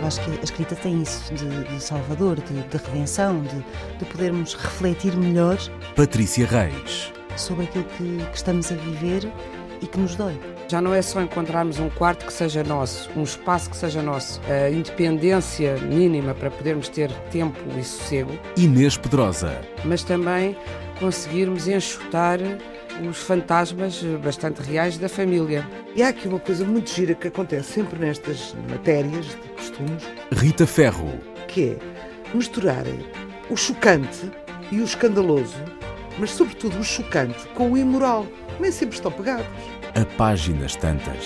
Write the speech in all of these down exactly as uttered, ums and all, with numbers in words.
acho que a escrita tem isso, de, de salvador, de, de redenção, de, de podermos refletir melhor Patrícia Reis. sobre aquilo que, que estamos a viver e que nos dói. Já não é só encontrarmos um quarto que seja nosso, um espaço que seja nosso, a independência mínima para podermos ter tempo e sossego, Inês Pedrosa. mas também conseguirmos enxutar os fantasmas bastante reais da família. E há aqui uma coisa muito gira que acontece sempre nestas matérias de costumes, Rita Ferro. que é misturarem o chocante e o escandaloso, mas sobretudo o chocante com o imoral. Nem sempre estão pegados. A páginas tantas.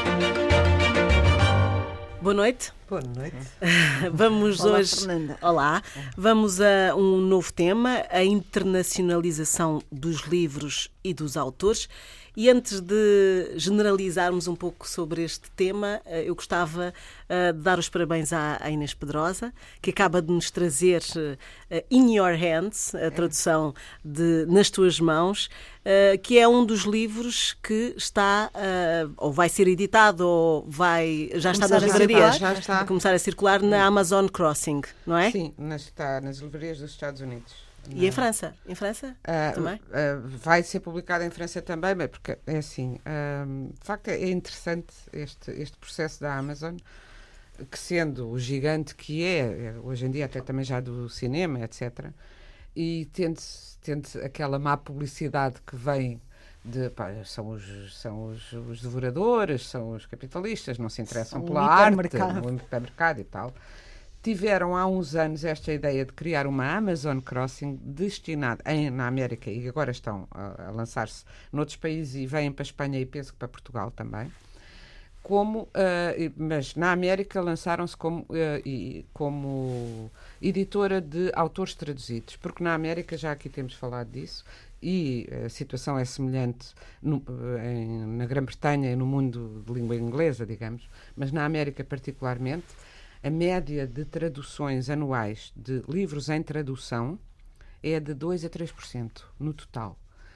Boa noite. Boa noite. Vamos Olá, hoje. Fernanda. Olá. Vamos a um novo tema, a internacionalização dos livros e dos autores. E antes de generalizarmos um pouco sobre este tema, eu gostava uh, de dar os parabéns à, à Inês Pedrosa, que acaba de nos trazer uh, In Your Hands, a tradução de Nas Tuas Mãos, uh, que é um dos livros que está, uh, ou vai ser editado, ou vai, já está nas livrarias, já está. a começar a circular na Amazon Crossing, não é? Sim, nas, está nas livrarias dos Estados Unidos. E em França? Em França Uh, também? uh, vai ser publicado em França também, mas porque é assim, um, de facto é interessante este, este processo da Amazon, que sendo o gigante que é, hoje em dia até também já do cinema, etcétera, e tendo, tendo aquela má publicidade que vem de, pá, são, os, são os, os devoradores, são os capitalistas, não se interessam São pela um arte, hipermercado. o hipermercado e tal. Tiveram há uns anos esta ideia de criar uma Amazon Crossing destinada em, na América, e agora estão a, a lançar-se noutros países e vêm para a Espanha e penso que para Portugal também. Como, uh, mas na América lançaram-se como, uh, e, como editora de autores traduzidos, porque na América, já aqui temos falado disso, e a situação é semelhante no, em, na Grã-Bretanha e no mundo de língua inglesa, digamos, mas na América particularmente, a média de traduções anuais de livros em tradução é de dois a três por cento no total.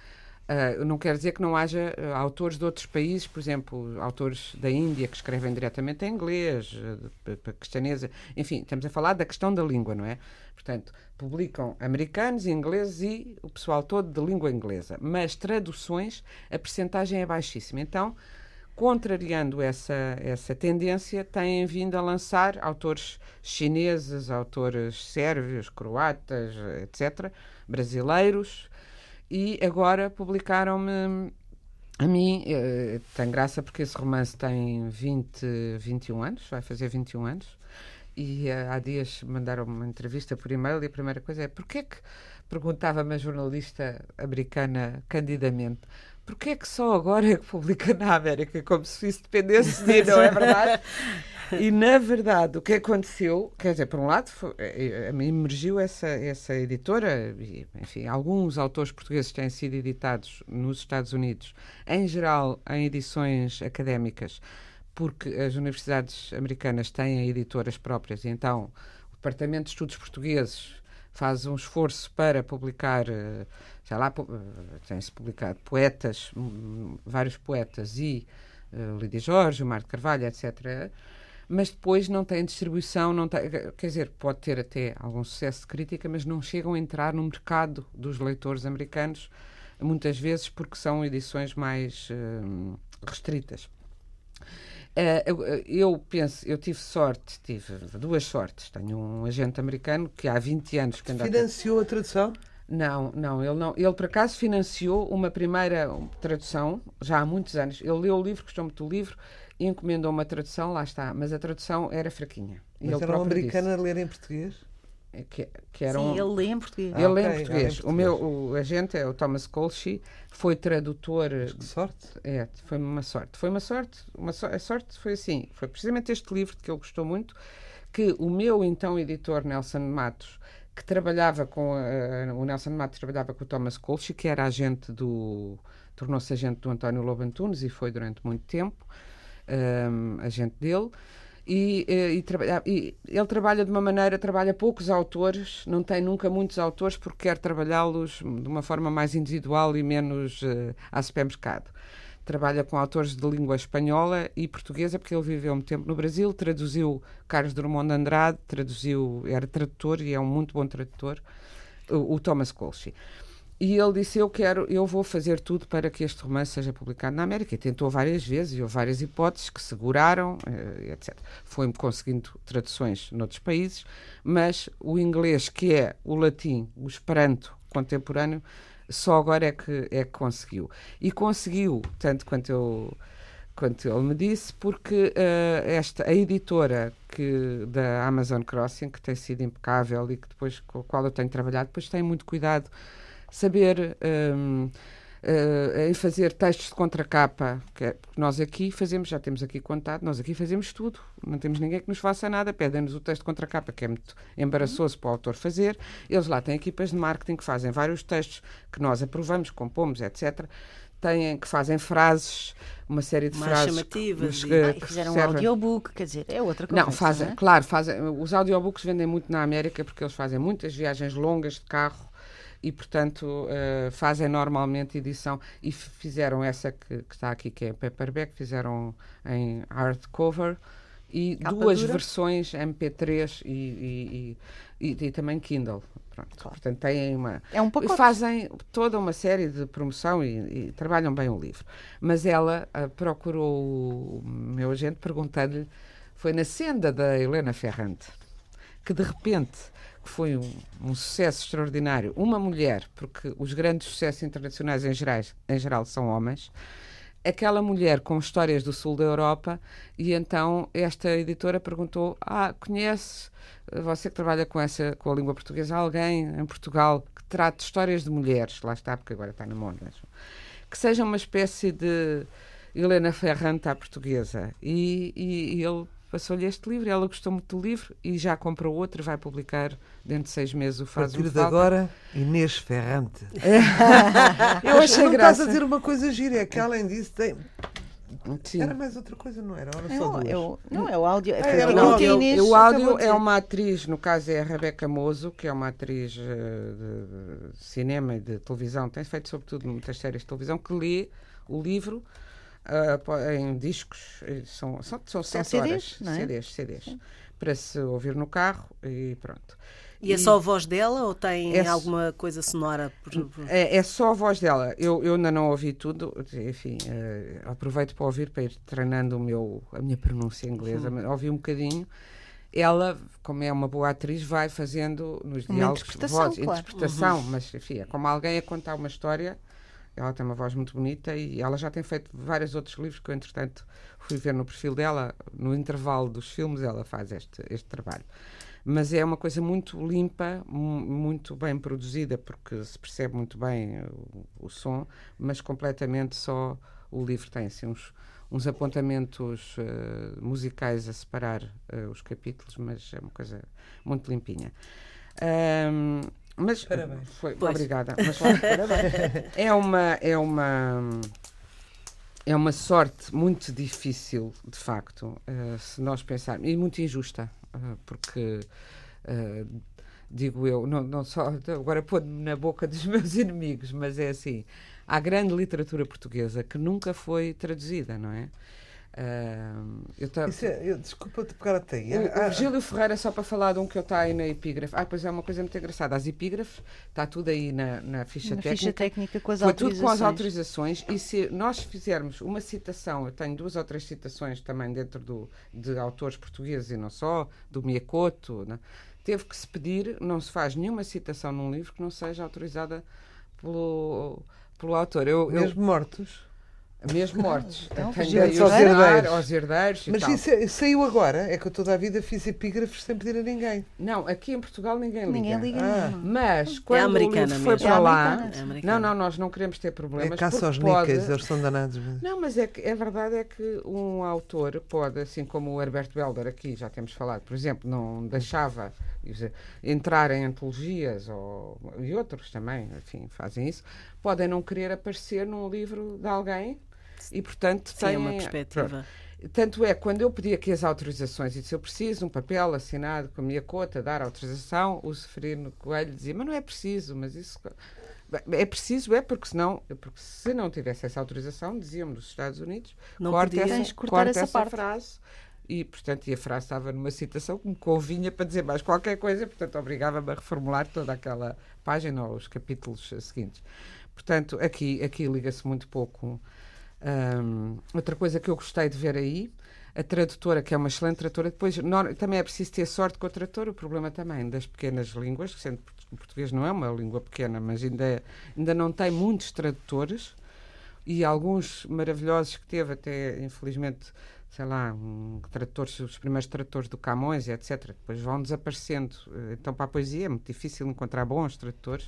Uh, não quer dizer que não haja uh, autores de outros países, por exemplo, autores da Índia que escrevem diretamente em inglês, uh, paquistanesa, enfim, estamos a falar da questão da língua, não é? Portanto, publicam americanos, ingleses e o pessoal todo de língua inglesa, mas traduções, a percentagem é baixíssima. Então, contrariando essa, essa tendência, têm vindo a lançar autores chineses, autores sérvios, croatas, etcétera, brasileiros, e agora publicaram-me a mim, eh, tem graça porque esse romance tem vinte, vinte e um anos, vai fazer vinte e um anos, e eh, há dias mandaram-me uma entrevista por e-mail e a primeira coisa é, porquê que, perguntava-me a jornalista americana candidamente, porquê é que só agora é que publica na América, como se isso dependesse de mim, não é verdade? E, na verdade, o que aconteceu, quer dizer, por um lado, foi, a mim emergiu essa, essa editora, e, enfim, alguns autores portugueses têm sido editados nos Estados Unidos, em geral em edições académicas, porque as universidades americanas têm editoras próprias, e então o Departamento de Estudos Portugueses faz um esforço para publicar, sei lá, tem-se publicado poetas, vários poetas e uh, Lídia Jorge, o Mar de Carvalho, etcétera, mas depois não tem distribuição, não tem, quer dizer, pode ter até algum sucesso de crítica, mas não chegam a entrar no mercado dos leitores americanos, muitas vezes porque são edições mais uh, restritas. Uh, eu penso, eu tive sorte, tive duas sortes. Tenho um agente americano que há vinte anos... Que anda Financiou a, a tradução? Não, não, ele não. Ele, por acaso, financiou uma primeira tradução, já há muitos anos. Ele leu o livro, gostou muito do livro, e encomendou uma tradução, lá está. Mas a tradução era fraquinha. Mas ele era um americano a ler em português? Que, que era Sim, um... ele lê em português. Ele Ah, lê okay, em português. em português. O meu o agente é o Thomas Colschi, foi tradutor... Mas que sorte. É, foi uma sorte. Foi uma sorte, uma so... a sorte foi assim, foi precisamente este livro que ele gostou muito, que o meu então editor Nelson Matos, que trabalhava com a, o Nelson Matos trabalhava com o Thomas Colschi, que era agente do... tornou-se agente do António Lobo Antunes e foi durante muito tempo um, agente dele. E, e, e ele trabalha de uma maneira, trabalha poucos autores, não tem nunca muitos autores porque quer trabalhá-los de uma forma mais individual e menos uh, a supermercado. trabalha com autores de língua espanhola e portuguesa, porque ele viveu um tempo no Brasil, traduziu Carlos Drummond de Andrade, traduziu, era tradutor e é um muito bom tradutor, o, o Thomas Colchi. E ele disse, eu quero, eu vou fazer tudo para que este romance seja publicado na América. E tentou várias vezes, e houve várias hipóteses que seguraram, etcétera. Foi-me conseguindo traduções noutros países, mas o inglês, que é o latim, o esperanto contemporâneo, só agora é que, é que conseguiu. E conseguiu, tanto quanto, eu, quanto ele me disse, porque uh, esta, a editora que, da Amazon Crossing, que tem sido impecável e que depois, com a qual eu tenho trabalhado, depois tem muito cuidado saber um, uh, em fazer textos de contracapa, que é, porque nós aqui fazemos, já temos aqui contado, nós aqui fazemos tudo, não temos ninguém que nos faça nada, pedem-nos o texto de contracapa, que é muito embaraçoso para o autor fazer, eles lá têm equipas de marketing que fazem vários textos que nós aprovamos, compomos, etcétera, têm, que fazem frases, uma série de mais frases chamativas. Que, e... que, ah, e que fizeram um servem... audiobook, quer dizer, é outra coisa. Não, fazem, não é? claro, fazem, os audiobooks vendem muito na América porque eles fazem muitas viagens longas de carro e, portanto, uh, fazem normalmente edição e fizeram essa que, que está aqui, que é paperback, fizeram em hardcover e Capa duas dura. versões M P três e, e, e, e, e também Kindle. Pronto. Claro. Portanto, têm uma... É um pacote. E fazem toda uma série de promoção e, e trabalham bem o livro. Mas ela uh, procurou o meu agente perguntando-lhe, foi na senda da Helena Ferrante, que de repente foi um, um sucesso extraordinário. Uma mulher, porque os grandes sucessos internacionais em, gerais, em geral são homens, aquela mulher com histórias do sul da Europa, e então esta editora perguntou, ah, conhece, você que trabalha com, essa, com a língua portuguesa, alguém em Portugal que trate histórias de mulheres, lá está, porque agora está na moda, que seja uma espécie de Helena Ferrante à portuguesa. E, e, e ele passou-lhe este livro, ela gostou muito do livro e já comprou outro, vai publicar dentro de seis meses o A Faz partir o de Falta. agora, Inês Ferrante. Eu achei não graça. estás a dizer uma coisa gira, é que além disso tem... Sim. Era mais outra coisa, não era? Era só Não, duas. eu, não, é o áudio. É Ah, era aquilo o que a áudio. Inês O áudio acabou de é dizer. uma atriz, no caso é a Rebeca Mozo, que é uma atriz uh, de, de cinema e de televisão, tem feito sobretudo muitas séries de televisão, que lê o livro uh, em discos, são, são, são sete C Ds, horas, não é? C Ds, C Ds, para se ouvir no carro e pronto. E é só a voz dela ou tem É- alguma coisa sonora? Por... É, é só a voz dela. Eu, eu ainda não ouvi tudo. Enfim, eh, aproveito para ouvir, para ir treinando o meu, a minha pronúncia inglesa. Mas ouvi um bocadinho. Ela, como é uma boa atriz, vai fazendo nos Uma diálogos interpretação, voz, claro. interpretação. Mas, enfim, é como alguém a contar uma história. Ela tem uma voz muito bonita e ela já tem feito vários outros livros que eu, entretanto, fui ver no perfil dela. No intervalo dos filmes, ela faz este, este trabalho. Mas é uma coisa muito limpa, mu- muito bem produzida, porque se percebe muito bem o, o som, mas completamente só o livro tem assim, uns, uns apontamentos uh, musicais a separar uh, os capítulos, mas é uma coisa muito limpinha. Ahm, mas Parabéns. foi, Pois. obrigada. Mas foi- é uma é uma é uma sorte muito difícil, de facto, uh, se nós pensarmos, e muito injusta, uh, porque uh, digo eu, não, não só agora pôr-me na boca dos meus inimigos, mas é assim, há grande literatura portuguesa que nunca foi traduzida, não é? Uh, eu ta- Isso é, eu, desculpa-te pegar até aí. o, o Ah, Virgílio Ferreira, só para falar de um que eu está aí na epígrafe. Ah, pois é uma coisa muito engraçada. As epígrafes, está tudo aí na, na ficha Na técnica. ficha técnica com as Foi tudo com as autorizações. autorizações. E se nós fizermos uma citação, eu tenho duas ou três citações também dentro do, de autores portugueses e não só, do Miyakoto, né? Teve que se pedir, não se faz nenhuma citação num livro que não seja autorizada pelo, pelo autor. Eu, eu- mesmo mortos. mesmo mortos. Então, Tenho Virgílio aí Ferreira. os herdeiros, Herdeiros. aos herdeiros e Mas tal. isso é- saiu agora. É que eu toda a vida fiz epígrafes sem pedir a ninguém. Não, aqui em Portugal ninguém liga. Ninguém liga Ah. nenhuma. Mas quando o americana livro foi mesmo. para É lá, americana. É americana. não, não, nós não queremos ter É problemas. caça aos porque pode... níqueis, eles são danados. mas- Não, mas é que a verdade é que um autor pode, assim como o Herbert Belder aqui já temos falado, por exemplo, não deixava quer dizer, entrar em antologias ou, e outros também, enfim, fazem isso, podem não querer aparecer num livro de alguém e, portanto, Sim, têm é uma perspectiva. Pronto. Tanto é, quando eu pedi aqui as autorizações, e disse eu preciso um papel assinado com a minha cota, dar autorização, o Severino Coelho dizia, mas não é preciso, mas isso... É preciso, é porque senão, porque se não tivesse essa autorização, diziam-me nos Estados Unidos, Não corta podias essa, cortar corta essa essa parte. frase. E, portanto, e a frase estava numa citação que me convinha para dizer mais qualquer coisa, portanto, obrigava-me a reformular toda aquela página ou os capítulos seguintes. Portanto, aqui, aqui liga-se muito pouco. Hum, outra coisa que eu gostei de ver aí, a tradutora, que é uma excelente tradutora, depois no, também é preciso ter sorte com a tradutora, o problema também das pequenas línguas, que sendo o português não é uma língua pequena, mas ainda, é, ainda não tem muitos tradutores, e alguns maravilhosos que teve, até infelizmente, sei lá, um tradutores, os primeiros tradutores do Camões, etcétera, depois vão desaparecendo. Então, para a poesia é muito difícil encontrar bons tradutores.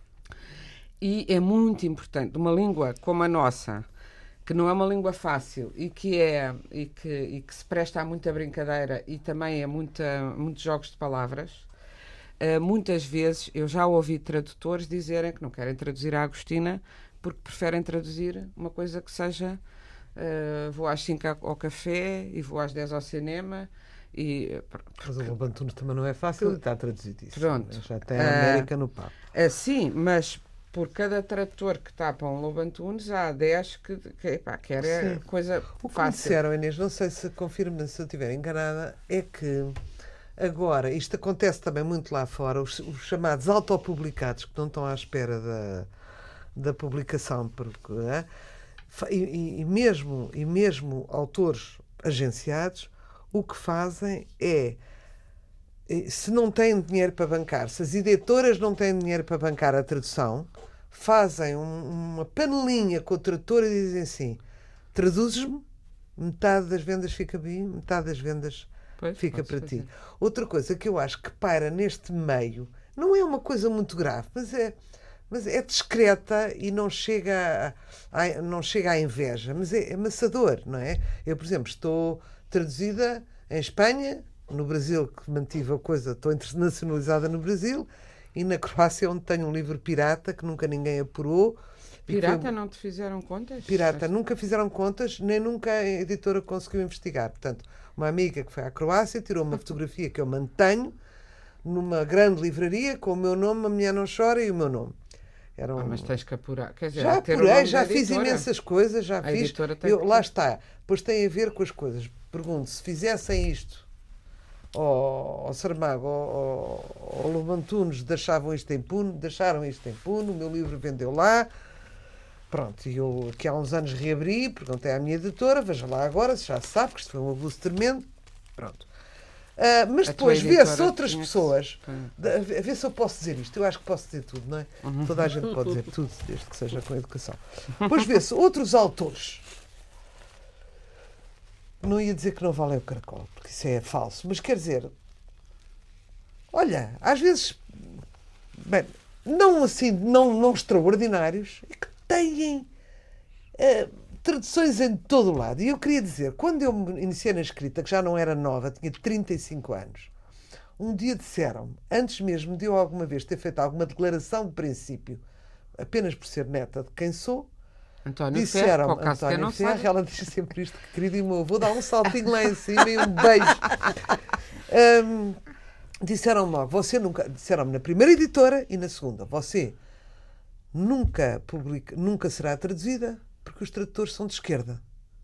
E é muito importante, uma língua como a nossa, que não é uma língua fácil e que, é, e que, e que se presta a muita brincadeira e também a muita, muitos jogos de palavras, uh, muitas vezes eu já ouvi tradutores dizerem que não querem traduzir a Agostina porque preferem traduzir uma coisa que seja uh, vou às cinco ao café e vou às dez ao cinema. E, Mas o Lobo Antunes também não é fácil e está traduzido isso. Pronto. Já tem a América uh, no papo. Uh, sim, mas por cada tradutor que tapa um Lobo Antunes, há dez que, que, epá, que era coisa o que fácil. Me disseram, Inês, não sei se confirma, se eu estiver enganada, é que agora, isto acontece também muito lá fora, os, os chamados autopublicados, que não estão à espera da, da publicação, porque, é? e, e, mesmo, e mesmo autores agenciados, o que fazem é, se não têm dinheiro para bancar, se as editoras não têm dinheiro para bancar a tradução, fazem um, uma panelinha com o tradutor e dizem assim, traduzes-me, metade das vendas fica bem, metade das vendas pois, fica para ti. Outra coisa que eu acho que paira neste meio, não é uma coisa muito grave, mas é, mas é discreta e não chega a, a, não chega à inveja, mas é, é amassador, não é? Eu, por exemplo, estou traduzida em Espanha, no Brasil, que mantive a coisa, estou internacionalizada no Brasil, e na Croácia, onde tenho um livro pirata que nunca ninguém apurou. Pirata foi... não te fizeram contas? Pirata, nunca fizeram contas, nem nunca a editora conseguiu investigar. Portanto, uma amiga que foi à Croácia tirou uma fotografia que eu mantenho numa grande livraria com o meu nome, A Mulher Não Chora e o meu nome. Era um... ah, mas tens que apurar. Quer dizer, já apurei, já fiz editora. imensas coisas, já a fiz. Eu, que... Lá está. Pois tem a ver com as coisas. Pergunto, se fizessem isto ao, ao Saramago, ao, ao Lobo Antunes, deixavam isto impune, deixaram isto impune, o meu livro vendeu lá. Pronto, e eu que há uns anos reabri, perguntei à minha editora, veja lá agora, se já se sabe que isto foi um abuso tremendo. Pronto. Uh, mas depois vê-se outras pessoas, que... a ver se eu posso dizer isto, eu acho que posso dizer tudo, não é? Uhum. Toda a gente pode dizer tudo, desde que seja com educação. Depois vê-se outros autores. Não ia dizer que não valem o caracol, porque isso é falso, mas quer dizer, olha, às vezes, bem, não assim, não, não extraordinários, é que têm uh, traduções em todo o lado. E eu queria dizer, quando eu me iniciei na escrita, que já não era nova, tinha trinta e cinco anos, um dia disseram-me, antes mesmo de eu alguma vez ter feito alguma declaração de princípio, apenas por ser neta de quem sou, António disseram Ferro, António não Ferro, sabe. Ela diz sempre isto, querido, e o meu avô dá um saltinho lá em cima e um beijo. um, disseram-me logo, você nunca, disseram-me na primeira editora e na segunda, você nunca publica, nunca será traduzida porque os tradutores são de esquerda.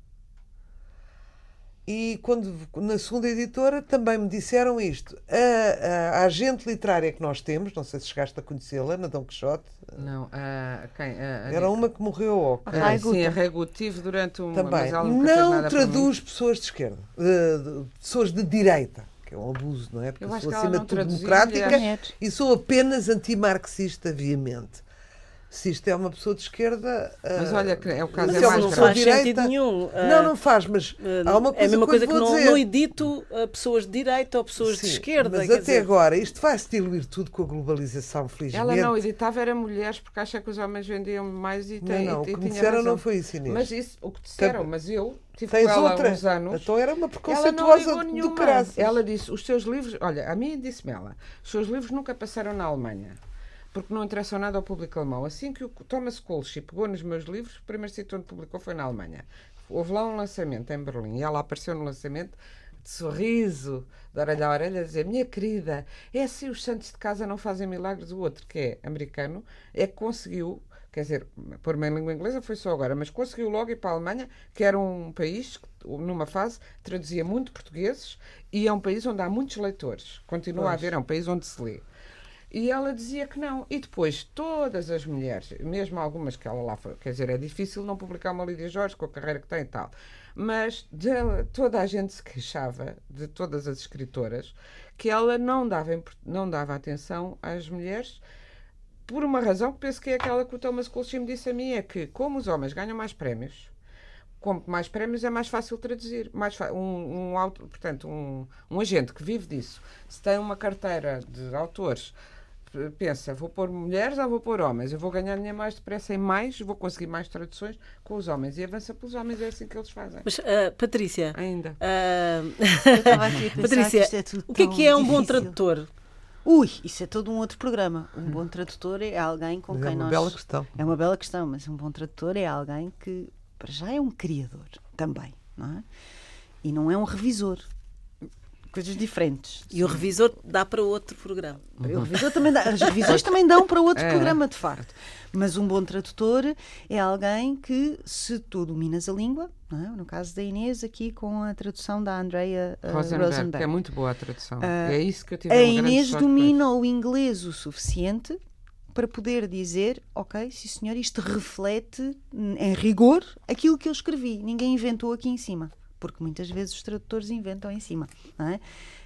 E quando, na segunda editora também me disseram isto. A, a, a agente literária que nós temos, não sei se chegaste a conhecê-la, na Dom Quixote. Não, a, quem? A, a, era uma que morreu ao ah, sim, a Reguta tive durante um também não traduz pessoas de esquerda, de, de, pessoas de direita, que é um abuso, não é? Porque eu sou acima de tudo democrática mulheres. E sou apenas antimarxista, veemente. Se isto é uma pessoa de esquerda... Mas olha, é o caso mas é mais não grave. faz Direita, sentido nenhum. Uh, não, não faz, mas uh, há uma coisa é a mesma que coisa que não, dizer. não edito uh, pessoas de direita ou pessoas Sim, de esquerda. Mas quer até dizer... agora, isto vai-se diluir tudo com a globalização, felizmente. Ela não editava, era mulheres, porque acha que os homens vendiam mais e tem. Não, não, e, o que e me disseram razão. não foi isso, Inês. Mas isso, o que disseram, mas eu tive Tens com ela outra. há uns anos. Então era uma Ela preconceituosa não ligou do caraças. Ela disse, os seus livros, olha, a mim disse-me ela, os seus livros nunca passaram na Alemanha. Porque não interessam nada ao público alemão. Assim que o Thomas Kolsch pegou nos meus livros, o primeiro sítio onde publicou foi na Alemanha. houve lá um lançamento em Berlim e ela apareceu no lançamento de sorriso, de orelha a orelha, a dizer: minha querida, é assim, os santos de casa não fazem milagres. O outro, que é americano, é que conseguiu, quer dizer, pôr-me em língua inglesa foi só agora, mas conseguiu logo ir para a Alemanha, que era um país que, numa fase, traduzia muito portugueses e é um país onde há muitos leitores. Continua Pois. a haver, é um país onde se lê. E ela dizia que não. E depois, todas as mulheres, mesmo algumas que ela lá foi, quer dizer, é difícil não publicar uma Lídia Jorge com a carreira que tem e tal, mas de, toda a gente se queixava, de todas as escritoras, que ela não dava, não dava atenção às mulheres, por uma razão que penso que é aquela que o Thomas Colchim me disse a mim, é que, como os homens ganham mais prémios, como mais prémios é mais fácil traduzir. Mais um, um, auto, portanto, um, um agente que vive disso, se tem uma carteira de autores, pensa, vou pôr mulheres ou vou pôr homens? Eu vou ganhar dinheiro mais depressa em mais, vou conseguir mais traduções com os homens. E avança pelos homens, é assim que eles fazem. Mas, uh, Patrícia... Ainda. Uh... Eu estava aqui a pensar Patrícia, que isto é tudo o que é tão que é um bom difícil. tradutor? Ui, isso é todo um outro programa. Um bom tradutor é alguém com Mas quem é uma nós... bela questão. É uma bela questão, mas um bom tradutor é alguém que, para já, é um criador também, não é? E não é um revisor. Coisas diferentes. E o revisor dá para outro programa. O revisor também dá, as revisões também dão para outro É. programa, de facto. Mas um bom tradutor é alguém que, se tu dominas a língua, não é? No caso da Inês, aqui com a tradução da Andrea uh, Rosenberg, Rosenberg. que é muito boa a tradução. Ah, é isso que eu tive A uma grande Inês sorte domina o inglês o suficiente para poder dizer, ok, sim senhor, isto reflete em rigor aquilo que eu escrevi. Ninguém inventou aqui em cima. Porque muitas vezes os tradutores inventam em cima, não é?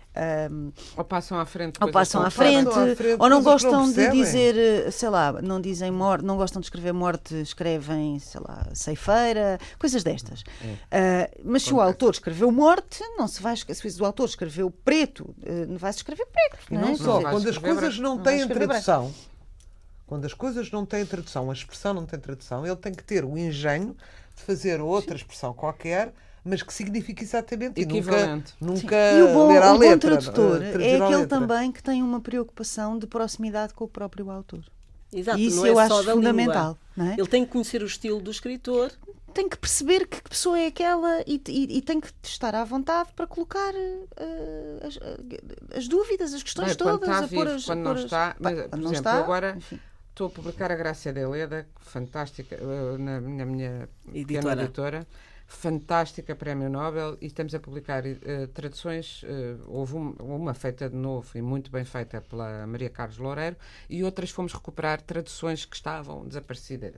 Um, Ou passam à frente. ou coisas passam que à não frente, Passam à frente ou não coisas que não gostam de percebem. dizer, sei lá, não dizem morte, não gostam de escrever morte, escrevem, sei lá, ceifeira, coisas destas. Uh, mas se o autor escreveu morte, não se vai esque- se o autor escreveu preto, uh, não vai-se escrever preto, E não, não é? só, vais quando as escrever coisas não não vais têm escrever tradução, quando as coisas não têm tradução, a expressão não tem tradução, ele tem que ter o engenho de fazer outra expressão qualquer, mas que signifique exatamente e nunca, Equivalente. nunca E o bom, ler à o bom letra. tradutor eh, é traduzir à aquele letra. também que tem uma preocupação de proximidade com o próprio autor. Exato, E isso não é eu só acho da fundamental. língua. Não é? Ele tem que conhecer o estilo do escritor. Tem que perceber que pessoa é aquela e, e- e tem que estar à vontade para colocar eh, as, eh, as dúvidas, as questões Bem, quando todas. está a pôr vivo, as, quando a não pôr as- está, Pá, mas, quando por não exemplo, está, agora enfim. estou a publicar a Grácia de Leda, fantástica, eh, na, na minha pequena Editora. editora, fantástica, Prémio Nobel, e estamos a publicar eh, traduções, eh, houve um- uma feita de novo e muito bem feita pela Maria Carlos Loureiro, e outras fomos recuperar traduções que estavam desaparecidas.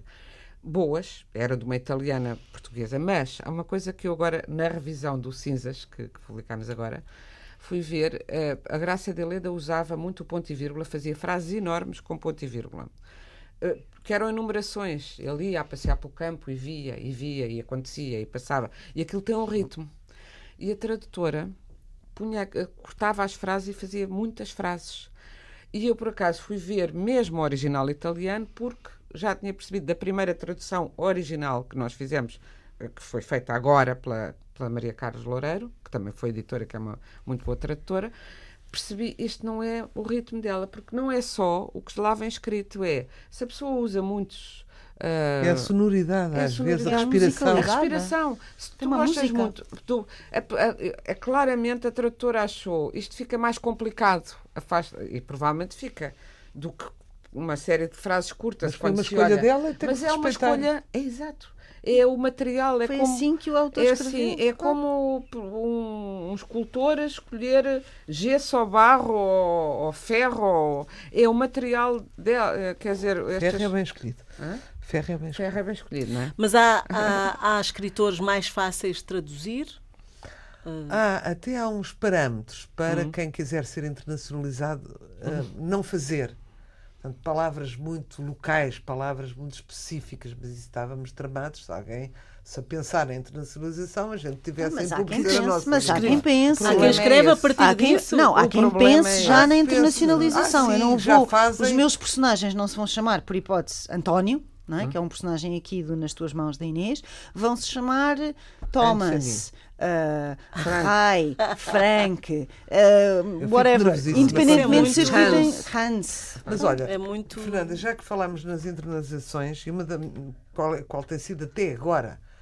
Boas, era de uma italiana portuguesa, mas há uma coisa que eu agora, na revisão do Cinzas, que, que publicámos agora, fui ver, eh, a Grácia de Leda usava muito o ponto e vírgula, fazia frases enormes com ponto e vírgula. Eh, que eram enumerações. Ele ia a passear pelo campo e via, e via, e acontecia, e passava. E aquilo tem um ritmo. E a tradutora punha, eh, cortava as frases e fazia muitas frases. E eu, por acaso, fui ver mesmo o original italiano, porque já tinha percebido da primeira tradução original que nós fizemos, eh, que foi feita agora pela, pela Maria Carlos Loureiro, que também foi editora, que é uma muito boa tradutora, percebi, este não é o ritmo dela, porque não é só o que lá vem escrito, é, se a pessoa usa muitos... ah, É a sonoridade, é a às vezes, a sonoridade, respiração. a a musicalidade. respiração. Se tu Tem uma gostas música. muito, tu, é, é- é claramente a tradutora achou, isto fica mais complicado, afasta, e provavelmente fica, do que uma série de frases curtas. Mas foi quando uma se escolha olha. dela e tem Mas que é uma respeitar. escolha, é exato. É o material, é Foi como... assim que o autor É escreveu. assim, é como um, um escultor a escolher gesso ou barro ou, ou ferro. Ou, é o material dela, quer dizer... Ferro Estas, é bem escrito. Hã? Ferro é bem escrito. ferro é bem escolhido, não é? Mas há, há, há escritores mais fáceis de traduzir? Há, até há uns parâmetros para Uhum. quem quiser ser internacionalizado ah, não fazer. Portanto, palavras muito locais, palavras muito específicas, mas isso estávamos tramados. Se alguém, se a pensar em internacionalização, a gente tivesse Mas em há quem publicidade pense, nossa. mas há escrita. quem pense. Há quem problema é escreva a esse. partir Há quem, disso? não, há o quem problema pense é já esse. na Ah, internacionalização. sim, Eu não já vou. fazem- Os meus personagens não se vão chamar, por hipótese, António, não é? Que é um personagem aqui do Nas Tuas Mãos da Inês. Vão se chamar Thomas, uh, Rai, Frank, uh, fico whatever. nervosíssima. Independentemente de se Isso é muito escreverem Hans. Mas olha, É muito... Fernanda, já que falámos nas internalizações, e uma da, qual, qual tem sido até agora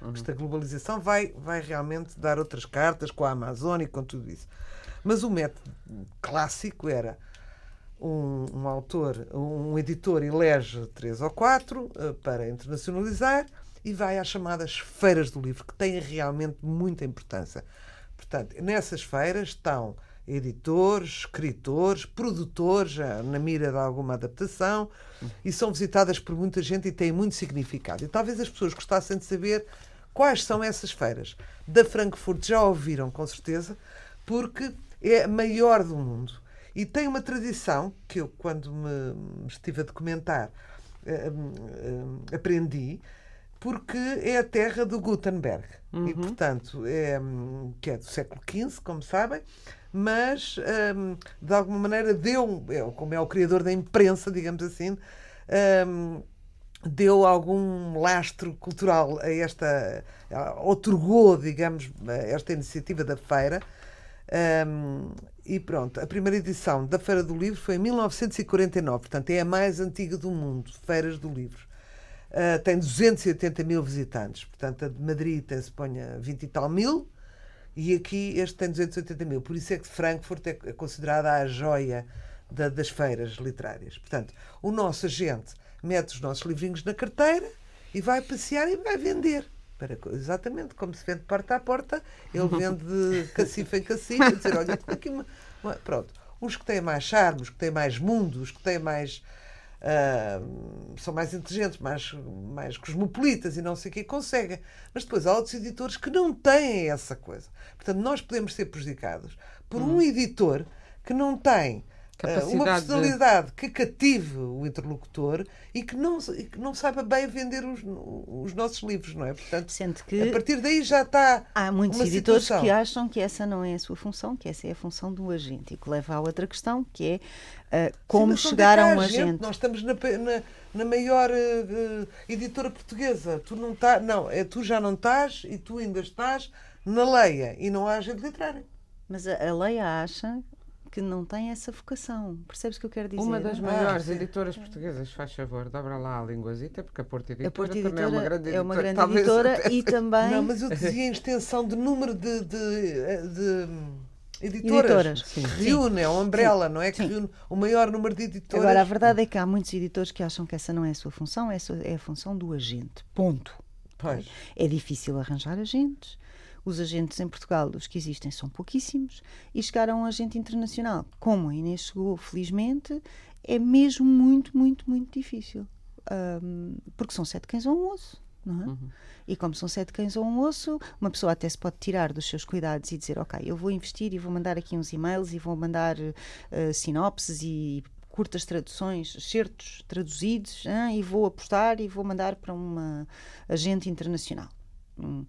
Esta globalização vai, vai realmente dar outras cartas com a Amazônia e com tudo isso. Mas o método clássico era um, um autor, um editor elege três ou quatro uh, para internacionalizar e vai às chamadas feiras do livro, que têm realmente muita importância. Portanto, nessas feiras estão editores, escritores, produtores, já na mira de alguma adaptação, e são visitadas por muita gente e têm muito significado. E talvez as pessoas gostassem de saber quais são essas feiras. Da Frankfurt já ouviram, com certeza, porque é a maior do mundo. E tem uma tradição que eu, quando me estive a documentar, eh, eh, aprendi, porque é a terra do Gutenberg. Uhum. E, portanto, é, que é do século quinze, como sabem, mas, um, de alguma maneira, deu, é, como é o criador da imprensa, digamos assim, um, deu algum lastro cultural a esta, otorgou, digamos, a esta iniciativa da feira. Um, e pronto, a primeira edição da Feira do Livro foi em mil novecentos e quarenta e nove, portanto é a mais antiga do mundo, Feiras do Livro. Uh, tem duzentos e oitenta mil visitantes, portanto a de Madrid tem, se ponha, vinte e tal mil, e aqui este tem duzentos e oitenta mil, por isso é que Frankfurt é considerada a joia da, das feiras literárias. Portanto, o nosso agente mete os nossos livrinhos na carteira e vai passear e vai vender. Para, exatamente como se vende porta a porta, ele vende de cacife em cacife, a dizer, olha, aqui uma, uma, pronto. Os que têm mais charme, os que têm mais mundo, os que têm mais... Uh, são mais inteligentes, mais, mais cosmopolitas e não sei o que conseguem. Mas depois há outros editores que não têm essa coisa. Portanto, nós podemos ser prejudicados por hum. um editor que não tem uh, uma personalidade de... que cative o interlocutor e que não, e que não saiba bem vender os, os nossos livros, não é? Portanto, sendo que a partir daí já está. Há muitos uma editores situação. que acham que essa não é a sua função, que essa é a função do agente, e que leva a outra questão, que é Uh, como Sim, chegar a um agente. agente. Nós estamos na, na, na maior uh, editora portuguesa. Tu, não tá, não, é, tu já não estás e tu ainda estás na Leia e não há agente literário. Mas a, a Leia acha que não tem essa vocação. Percebes o que eu quero dizer? Uma das ah, maiores editoras portuguesas, faz favor, dobra lá a linguazita, porque a Porta Editora, a Porta Editora também é uma grande editora. É uma grande editora até... e também... Não, mas eu dizia em extensão de número de... de, de editoras, editoras. Que reúne, é um umbrella, não é? Que Sim. reúne o maior número de editoras. Agora, a verdade é que há muitos editores que acham que essa não é a sua função, é a, sua, é a função do agente. Ponto. Pois. É difícil arranjar agentes. Os agentes em Portugal, os que existem, são pouquíssimos. E chegar a um agente internacional, como a Inês chegou, felizmente, é mesmo muito, muito, muito difícil. Um, porque são sete cães a um osso. Não é? Uhum. E como são sete cães ou um osso, uma pessoa até se pode tirar dos seus cuidados e dizer, ok, eu vou investir e vou mandar aqui uns e-mails e vou mandar uh, sinopses e curtas traduções, certos traduzidos, hein, e vou apostar e vou mandar para uma agente internacional. Hum.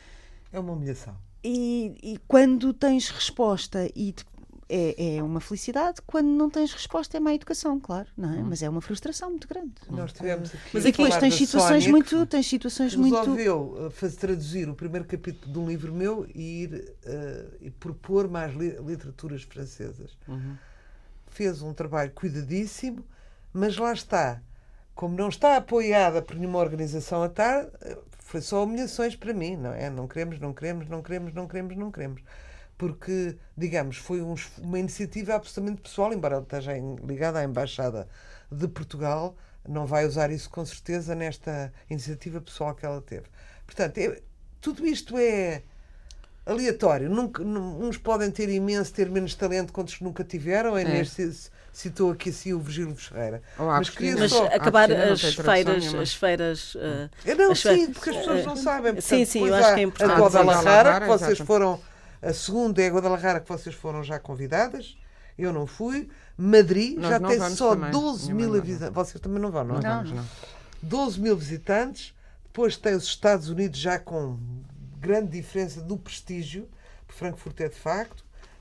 É uma humilhação. E, e quando tens resposta e te É, é uma felicidade, quando não tens resposta é má educação, claro, não é? Hum. Mas é uma frustração muito grande. Nós tivemos aqui Mas depois tens situações Sónia, muito, tens situações muito. Resolveu fazer, traduzir o primeiro capítulo de um livro meu e ir uh, e propor mais li literaturas francesas. Uhum. Fez um trabalho cuidadíssimo, mas lá está, como não está apoiada por nenhuma organização a tarde, foi só humilhações para mim, não é? Não queremos, não queremos, não queremos, não queremos, não queremos. Porque, digamos, foi um, uma iniciativa absolutamente pessoal, embora ela esteja ligada à Embaixada de Portugal, não vai usar isso com certeza nesta iniciativa pessoal que ela teve. Portanto, é, tudo isto é aleatório. Nunca, uns podem ter imenso, ter menos talento que outros nunca tiveram. A Inês é. citou aqui assim o Virgílio Ferreira. Oh, mas queria mas só... acabar as feiras, as feiras... Uh, eu não, as sim, feiras, porque as pessoas uh, não sabem. Portanto, sim, sim, eu acho que é importante. A Guadalajara, que vocês foram... A segunda é a Guadalajara, que vocês foram já convidadas. Eu não fui. Madrid Nós já não tem só também. doze mil visitantes. Vocês também não vão, não? Não, vamos, não. doze mil visitantes. Depois tem os Estados Unidos já com grande diferença do prestígio. Frankfurt é de facto.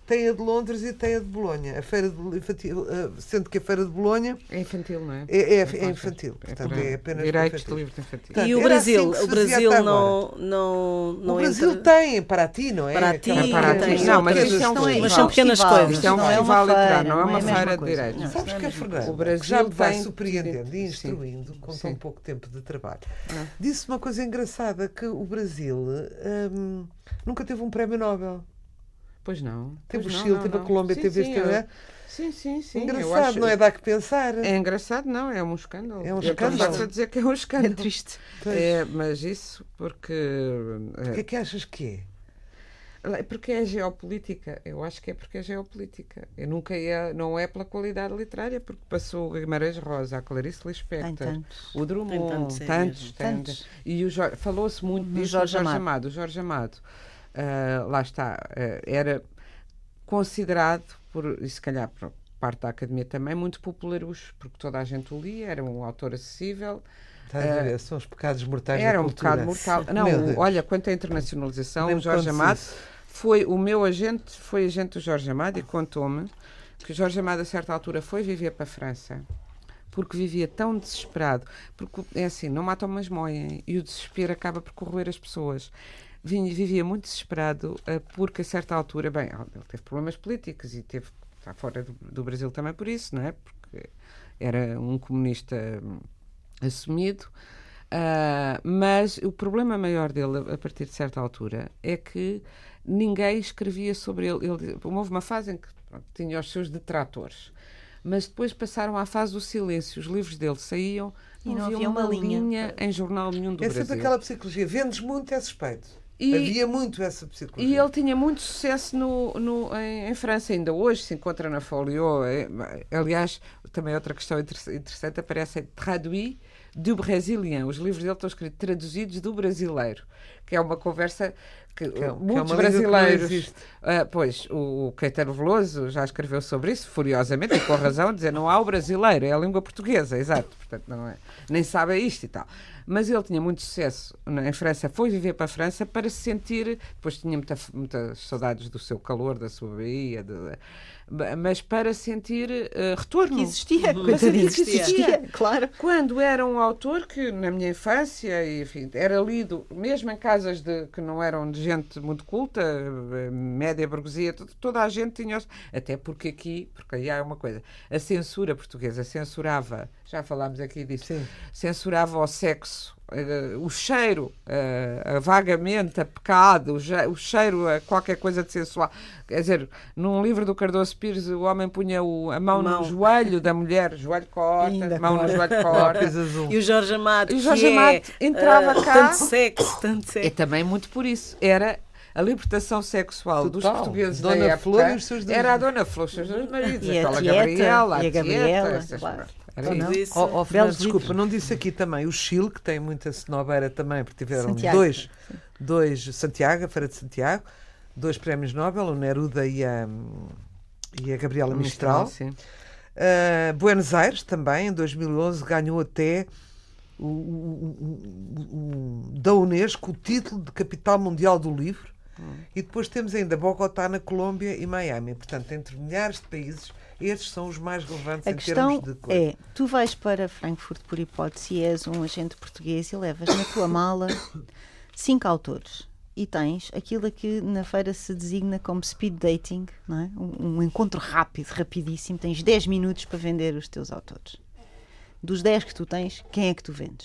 tem a de Londres e tem a de Bolonha. A feira de infantil, uh, sendo que a feira de Bolonha É infantil, não é? é, é, é Não infantil. pode ser. Portanto, para é apenas direitos infantil. de livros infantis. Portanto, E o era Brasil, assim que se o fazia Brasil até não, não, não o Brasil entra... tem para ti, não é? Paraty, Aquela- Paraty. tem Não, mas outras- isto é um Não é- festival. mas são pequenas festival, coisas. Isto é um não é festival uma literário, feira, não é uma a mesma feira de coisa. direitos. Não. Sabes que é Fernando? O Brasil já me vai tem- surpreendendo e Sim. instruindo com tão Sim. pouco tempo de trabalho. Ah. Disse uma coisa engraçada, que o Brasil hum, nunca teve um prémio Nobel. Pois não. Teve pois o não, Chile, não, teve a não. Colômbia, Sim, teve sim, este, eu- não é? Sim, sim, sim. eu Engraçado, acho- não é? Dá que pensar. É engraçado, não, é um escândalo. É um Eu escândalo. estou a dizer que é um É escândalo. triste. Pois. É, mas isso porque. O que é que achas que é? É porque é geopolítica. Eu acho que é porque é geopolítica. Eu nunca ia, não é pela qualidade literária, porque passou o Guimarães Rosa, a Clarice Tem Lispector, tantos. o Drummond, Tem tantos, é tantos, mesmo. tem- Tantos. E o Jor- falou-se muito No disso Jorge do Jorge Amado. Amado. O Jorge Amado, ah, lá está, ah, era considerado, por, e se calhar por parte da academia também, muito popularucho, porque toda a gente o lia, era um autor acessível. Estás a ver? São os pecados mortais Era da um cultura. bocado mortal. Não, Meu o- Deus. olha, quanto à internacionalização, Nem o me Jorge contes Amado isso. foi o meu agente, foi agente do Jorge Amado e contou-me que o Jorge Amado, a certa altura, foi viver para a França porque vivia tão desesperado. Porque é assim, não matam, mas moem. E o desespero acaba por corroer as pessoas. Vinha- Vivia muito desesperado eh, porque, a certa altura, bem, ele teve problemas políticos e teve, está fora do, do Brasil também por isso, não é? Porque era um comunista hum, assumido. Ah, mas o problema maior dele, a partir de certa altura, é que ninguém escrevia sobre ele. ele houve uma fase em que pronto, tinha os seus detratores, mas depois passaram à fase do silêncio. Os livros dele saíam, E não havia uma, linha. linha. em jornal nenhum do É Brasil. sempre aquela psicologia. Vendes muito, é suspeito. E- Havia muito essa psicologia. E ele tinha muito sucesso no, no- em, em França, ainda hoje se encontra na Folio. É, aliás, também outra questão inter- interessante aparece é traduit do Brasilien. Os livros dele estão escritos traduzidos do brasileiro, que é uma conversa que, Que é- que é muitos uma língua que não brasileiros. existe. ah, pois, o, o Caetano Veloso já escreveu sobre isso, furiosamente, e com razão, a dizer não há o brasileiro, é a língua portuguesa, exato. Portanto, não é, nem sabe isto e tal. Mas ele tinha muito sucesso na- em França, foi viver para a França para se sentir. Depois tinha muita, muitas saudades do seu calor, da sua Bahia, de- mas para sentir eh, retorno. Que existia, Mas coitadinho, que que existia, claro. Quando era um autor que, na minha infância, e, enfim, era lido mesmo em casas de, que não eram de gente muito culta, eh, média burguesia, to- toda a gente tinha. os- Até porque aqui, porque aí há uma coisa, a censura portuguesa censurava, já falámos aqui disso, Sim. censurava o sexo, eh, o cheiro, eh, a vagamente, a pecado, o, je- o cheiro a qualquer coisa de sensual. Quer dizer, num livro do Cardoso Pires, o homem punha o- a mão, Mão. no joelho da mulher, joelho corta, Ainda mão no corta. joelho corta. Lápis azul. E o Jorge Amado, E o Jorge que Amado é, entrava ah, cá- tanto sexo, tanto É sexo. também muito por isso. Era a libertação sexual dos Total. portugueses Dona da época. Flor e os seus dois- Era a Dona Flor, os seus dois maridos. E a aquela Tieta, Gabriela, a e a Gabriela, Tieta, essas- claro. Era Ou isso. não? Isso. Oh, oh, Fernando, Belos desculpa, livros. não disse aqui também o Chile, que tem muita cenobeira também, porque tiveram Santiago. dois, dois, Santiago, a Feira de Santiago, dois prémios Nobel, o Neruda e a, e a Gabriela Mistral. Sim. Uh, Buenos Aires também, em dois mil e onze, ganhou até o, o- o- o- da Unesco o título de Capital Mundial do Livro. E depois temos ainda Bogotá na Colômbia e Miami. Portanto, entre milhares de países, estes são os mais relevantes A em questão termos de coisa. é, tu vais para Frankfurt por hipótese e és um agente português e levas na tua mala cinco autores e tens aquilo que na feira se designa como speed dating, não é? um, um encontro rápido, rapidíssimo, tens dez minutos para vender os teus autores. Dos dez que tu tens, quem é que tu vendes?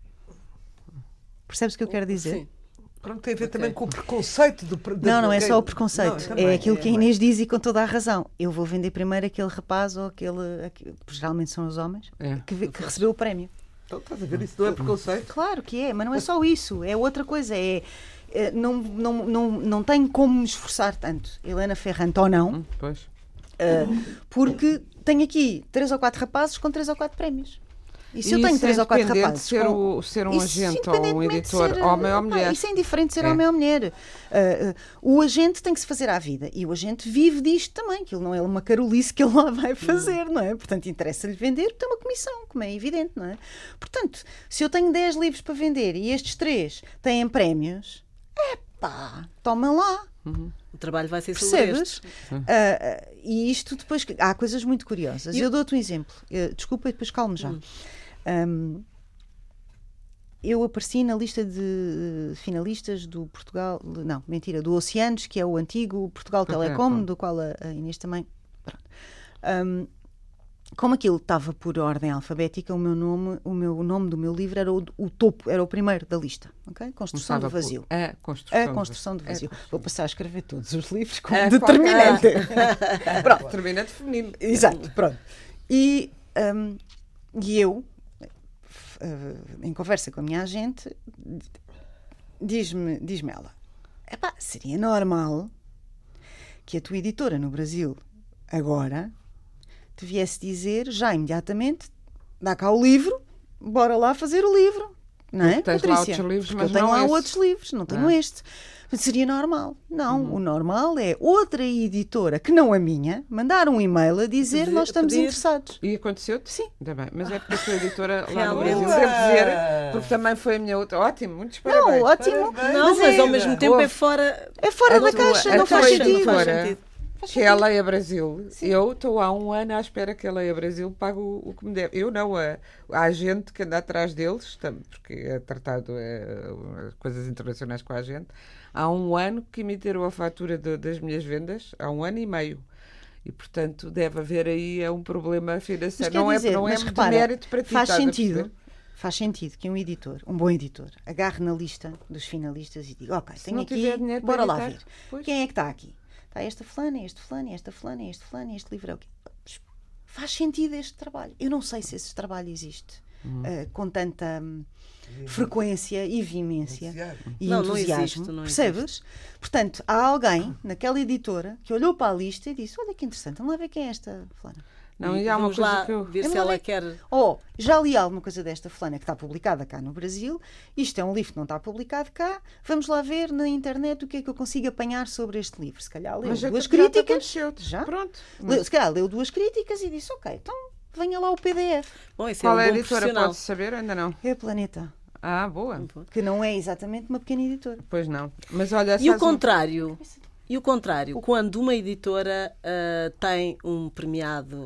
Percebes o que eu quero dizer? Sim. Pronto, tem a ver também com o preconceito do. de- Não, não é de- só o preconceito. Não, também, é aquilo que a é, Inês diz e com toda a razão. Eu vou vender primeiro aquele rapaz ou aquele, aquele geralmente são os homens, É. que, ve- que recebeu o prémio. Então, estás a ver, isso não é preconceito? Claro que é, mas não é só isso. É outra coisa. É, é, não, não, não, não tenho como me esforçar tanto, Helena Ferrante ou não, Hum, Pois. uh, porque tenho aqui três ou quatro rapazes com três ou quatro prémios. E se E eu tenho isso é três ou quatro independente rapazes. de ser, com- o, ser um Isso, agente ou um independentemente de editor, ser, homem ou pá, mulher. Isso é indiferente de ser É. homem ou mulher. Uh, uh, o agente tem que se fazer à vida e o agente vive disto também, que ele não é uma carolice que ele lá vai fazer, não é? Portanto, interessa-lhe vender porque tem uma comissão, como é evidente, não é? Portanto, se eu tenho dez livros para vender e estes três têm prémios, epá, tomem lá. O trabalho vai ser sobre Percebes? este. Ah, ah, e isto depois. Há coisas muito curiosas. E- Eu dou-te um exemplo. Eh, desculpa, e depois calmo já. Ahm, eu apareci na lista de finalistas do Portugal. Não, mentira, do Oceanos, que é o antigo Portugal Telecom, Telecom. do qual a, a Inês também. Pronto. Ahm, como aquilo estava por ordem alfabética, o meu nome, o meu nome do meu livro era o, o topo, era o primeiro da lista. Ok? Construção Começava do Vazio. por A construção, A construção do vazio. Vou passar a escrever todos os livros com É, determinante. Pronto, determinante feminino. Exato, pronto. E, hum, e eu, f- eh, em conversa com a minha agente, diz-me diz-me ela: epá, seria normal que a tua editora no Brasil agora te viesse dizer já imediatamente, dá cá o livro, bora lá fazer o livro. Não é, Porque tens lá Patrícia? outros livros, Porque mas eu tenho não lá esse. outros livros, não tenho Ah. este. Mas seria normal. Não, o normal é outra editora, que não a minha, mandar um e-mail a dizer Pedir- nós estamos pedir- interessados. E aconteceu-te? Sim. Ainda bem. Mas é porque a tua editora lá no Realmente. Brasil, devo dizer, porque também foi a minha outra. Ótimo, muitos Não, parabéns. ótimo. Parabéns. Não, mas, é- ao mesmo tempo é Ouve. fora. É fora A da tua- caixa, a não tua faz sentido. editora- editora, faz sentido. que é a Leia Brasil. Eu estou há um ano à espera que a Leia Brasil pague o, o que me deve. Eu não, a, a gente que anda atrás deles, tam- porque é tratado é, coisas internacionais com a gente, há um ano que emitiram a fatura de- das minhas vendas, há um ano e meio. E, portanto, deve haver aí é um problema Mas financeiro. quer Não é, dizer, não é mas de repara, mérito para ti. faz estás a sentido, perceber? faz sentido que um editor, um bom editor, agarre na lista dos finalistas e diga: ok, Se tenho não aqui, tiver dinheiro bora para lá editar, ver. pois. Quem é que está aqui? Está esta fulana, este fulano, esta fulana, este fulano, este livro é o quê? Faz sentido este trabalho. Eu não sei se esse trabalho existe Hum. eh, com tanta hum, frequência e veemência Entusiasmo. e Não, não entusiasmo. existe, não percebes? Portanto, há alguém naquela editora que olhou para a lista e disse: olha que interessante, vamos lá ver quem é esta fulana. Não, e há uma Vamos coisa lá que eu... ver Eu se não ela li- quer. Oh, já li alguma coisa desta fulana que está publicada cá no Brasil. Isto é um livro que não está publicado cá. Vamos lá ver na internet o que é que eu consigo apanhar sobre este livro. Se calhar leu Mas já duas te- já te críticas. aconteceu-te. Já? Pronto. Leu- se calhar leu duas críticas e disse: ok, então venha lá o P D F. Bom, esse Qual é é um a bom editora? profissional. Pode saber? Ainda não. É a Planeta. Ah, boa. Que não é exatamente uma pequena editora. Pois não. Mas olha, E o sabes um- contrário? E o contrário, quando uma editora ah, tem um premiado,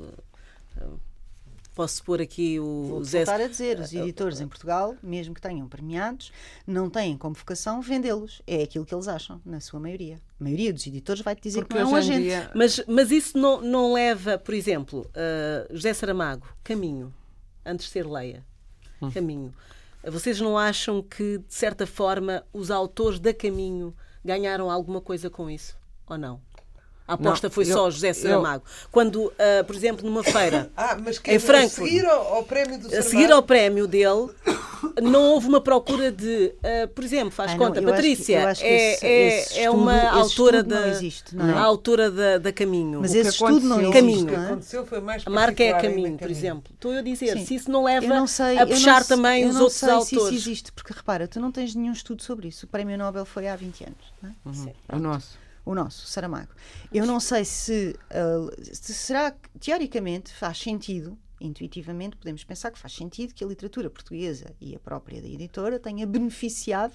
ah, posso pôr aqui o Vou Zé. voltar a dizer, os editores em Portugal, mesmo que tenham premiados, não têm como vocação vendê-los. É aquilo que eles acham, na sua maioria. A maioria dos editores vai-te dizer Porque que não é um hoje em agente. dia... Mas, mas isso não, não leva, por exemplo, ah, José Saramago, Caminho, antes de ser Leia, Hum. Caminho. Vocês não acham que, de certa forma, os autores da Caminho ganharam alguma coisa com isso? Ou não? A aposta Não, foi eu- só José eu- Saramago. Quando, ah, por exemplo, numa feira, Ah, mas que Em a Frankfurt. seguir ao, ao prémio do a Saramago? seguir ao prémio dele, não houve uma procura de, ah, por exemplo, faz Ah, não, conta, eu acho que- Patrícia eu acho que é, esse- é, esse é uma estudo- esse autora estudo não da, existe, não é? a autora da, da Caminho. Mas O que esse estudo não aconteceu- existe. Caminho. O que não é? aconteceu foi mais A marca é particular ainda Caminho, por Caminho. exemplo. Estou eu a dizer, Sim. se isso não leva Eu não sei, a eu não puxar sei- também eu os não outros sei autores. se isso existe, porque repara, tu não tens nenhum estudo sobre isso. O Prémio Nobel foi há vinte anos. Não é? Sim. O nosso. O nosso, Saramago. Eu não sei se, uh, se será que, teoricamente, faz sentido, intuitivamente, podemos pensar que faz sentido que a literatura portuguesa e a própria da editora tenha beneficiado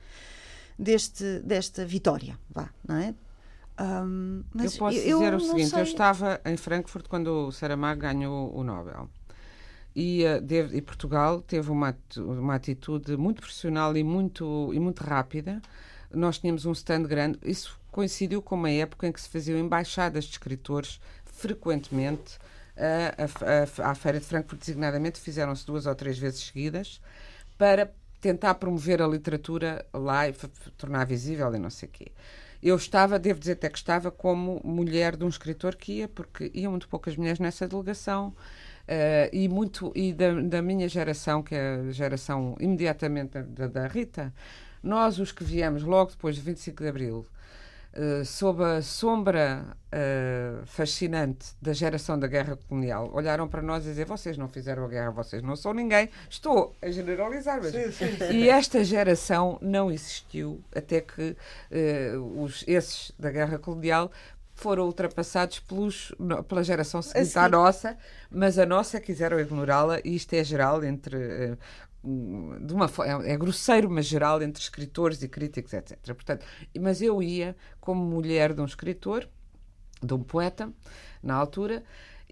deste, desta vitória, vá, não é? Um, mas eu posso eu dizer o não seguinte, sei. eu estava em Frankfurt quando o Saramago ganhou o Nobel. E, uh, deve- e Portugal teve uma, atu- uma atitude muito profissional e muito, e muito rápida. Nós tínhamos um stand grande. Isso coincidiu com uma época em que se faziam embaixadas de escritores frequentemente. Uh, a, a, à Feira de Frankfurt, designadamente, fizeram-se duas ou três vezes seguidas para tentar promover a literatura lá e f- f- tornar visível e não sei o quê. Eu estava, devo dizer até que estava como mulher de um escritor que ia, porque iam muito poucas mulheres nessa delegação, uh, e, muito, e da, da minha geração, que é a geração imediatamente da, da Rita, nós os que viemos logo depois de vinte e cinco de Abril, uh, sob a sombra uh, fascinante da geração da guerra colonial, olharam para nós e dizer: vocês não fizeram a guerra, vocês não são ninguém. Estou a generalizar, mas... Sim, sim, sim. E esta geração não existiu até que uh, os, esses da guerra colonial foram ultrapassados pelos, no, pela geração seguinte à seguir. nossa, mas a nossa quiseram ignorá-la, e isto é geral entre uh, de uma forma, é grosseiro, mas geral, entre escritores e críticos, etcétera. Portanto, mas eu ia como mulher de um escritor, de um poeta, na altura,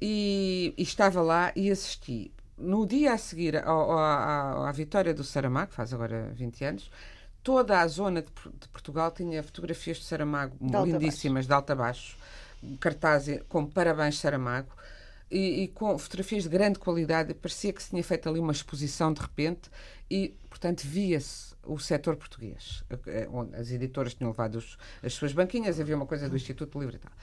e, e estava lá e assisti. No dia a seguir ao, ao, à vitória do Saramago, faz agora vinte anos, toda a zona de, de Portugal tinha fotografias de Saramago De alta lindíssimas, de alta a baixo, cartazes com parabéns Saramago, e, e com fotografias de grande qualidade. Parecia que se tinha feito ali uma exposição de repente e, portanto, via-se o setor português. Onde as editoras tinham levado os, as suas banquinhas, havia uma coisa do Instituto Livre e tal.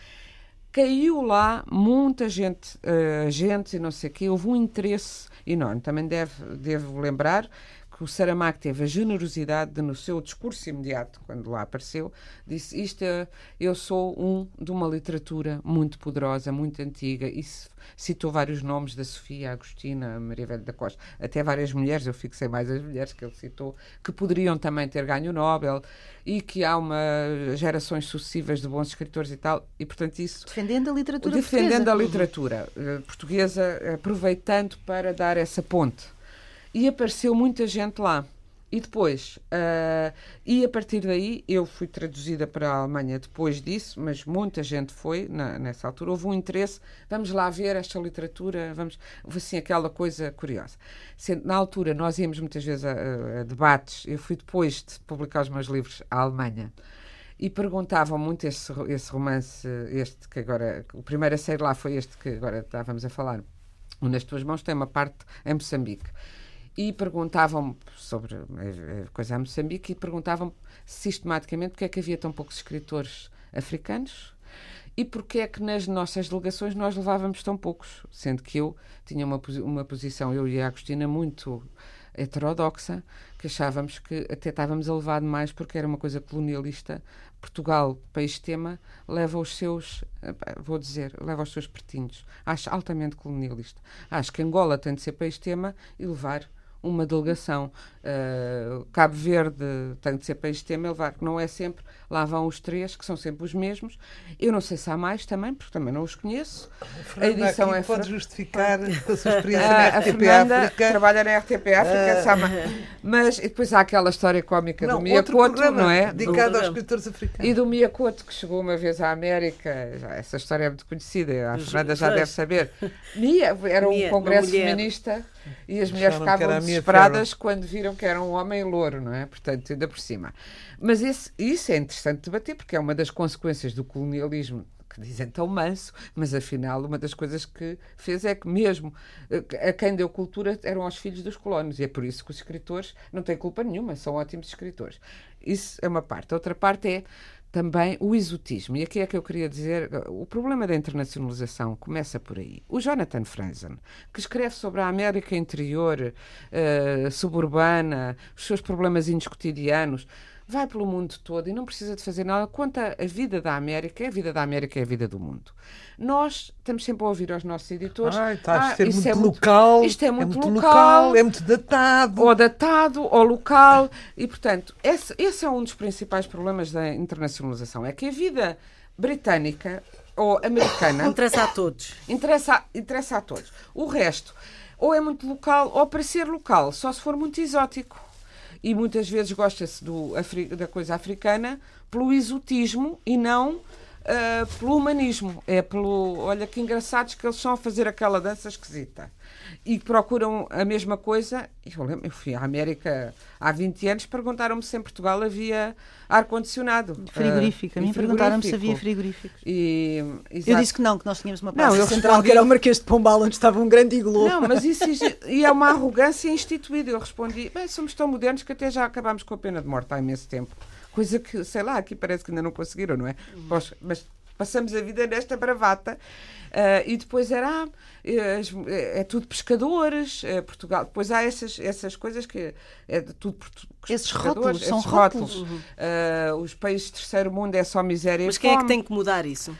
Caiu lá muita gente, uh, agentes e não sei o quê, houve um interesse enorme. Também deve, devo lembrar que o Saramago teve a generosidade de, no seu discurso imediato, quando lá apareceu, disse, isto é, eu sou um de uma literatura muito poderosa, muito antiga, e citou vários nomes da Sofia, a Agostina, a Maria Velha da Costa, até várias mulheres, eu fixei mais as mulheres que ele citou, que poderiam também ter ganho o Nobel, e que há uma gerações sucessivas de bons escritores e tal, e portanto isso... Defendendo a literatura Defendendo portuguesa. a literatura uh, portuguesa, aproveitando para dar essa ponte. E apareceu muita gente lá. E depois, uh, e a partir daí, eu fui traduzida para a Alemanha depois disso, mas muita gente foi, na, nessa altura, houve um interesse, vamos lá ver esta literatura, vamos, houve assim aquela coisa curiosa. Sendo, na altura, nós íamos muitas vezes a, a, a debates, eu fui depois de publicar os meus livros à Alemanha, e perguntavam muito esse, esse romance, este que agora, o primeiro a sair lá foi este que agora estávamos a falar, o Nas Tuas Mãos, tem uma parte em Moçambique. E perguntavam-me sobre a coisa a Moçambique e perguntavam-me sistematicamente porque é que havia tão poucos escritores africanos e porque é que nas nossas delegações nós levávamos tão poucos, sendo que eu tinha uma, uma posição, eu e a Agostina, muito heterodoxa, que achávamos que até estávamos a levar demais porque era uma coisa colonialista. Portugal, país-tema, leva os seus, vou dizer, leva os seus pertinhos. Acho altamente colonialista. Acho que Angola tem de ser país-tema e levar uma delegação. Uh, Cabo Verde tem de ser país-tema e levar, que não é sempre, lá vão os três, que são sempre os mesmos. Eu não sei se há mais também, porque também não os conheço. A edição é pode fra... justificar a sua experiência na R T P a Fernanda África. Trabalha na R T P África, uh... sabe? Mas e depois há aquela história cómica não, do Mia Couto, não é? Dedicado do... aos escritores africanos. E do Mia Couto, que chegou uma vez à América, já, essa história é muito conhecida, a Fernanda já deve saber. Mia era um Mia, congresso feminista e as mulheres ficavam desesperadas quando viram que era um homem louro, não é? Portanto, ainda por cima. Mas esse, isso é interessante debater, porque é uma das consequências do colonialismo, que dizem tão manso, mas afinal uma das coisas que fez é que mesmo a quem deu cultura eram os filhos dos colonos, e é por isso que os escritores não têm culpa nenhuma, são ótimos escritores. Isso é uma parte. A outra parte é também o exotismo. E aqui é que eu queria dizer, o problema da internacionalização começa por aí. O Jonathan Franzen, que escreve sobre a América interior, uh, suburbana, os seus problemazinhos cotidianos, vai pelo mundo todo e não precisa de fazer nada. Quanto à vida da América, é a vida da América, é a vida do mundo. Nós estamos sempre a ouvir aos nossos editores. Ai, está a ah, ser isso muito é local. Muito, isto é muito, é muito local, local. É muito datado. Ou datado, ou local. E, portanto, esse, esse é um dos principais problemas da internacionalização. É que a vida britânica ou americana... interessa a todos. Interessa, interessa a todos. O resto, ou é muito local, ou para ser local, só se for muito exótico. E muitas vezes gosta-se do, da coisa africana pelo exotismo e não uh, pelo humanismo. É pelo, olha que engraçados que eles são a fazer aquela dança esquisita. E procuram a mesma coisa. Eu lembro, eu fui à América há vinte anos, perguntaram-me se em Portugal havia ar-condicionado. Frigorífico. Uh, a mim perguntaram-me se havia frigoríficos. E, eu disse que não, que nós tínhamos uma praça não, eu central, respondi... que era o Marquês de Pombal, onde estava um grande iglú. Não, mas isso e é uma arrogância instituída. Eu respondi, bem, somos tão modernos que até já acabámos com a pena de morte há imenso tempo. Coisa que, sei lá, aqui parece que ainda não conseguiram, não é? Uhum. Mas passamos a vida nesta bravata. Uh, e depois era ah, é, é tudo pescadores, é Portugal. Depois há essas, essas coisas que é tudo esses rótulos, esses são rótulos. rótulos. Uhum. Uh, os países do terceiro mundo é só miséria. Mas e quem fome. é que tem que mudar isso?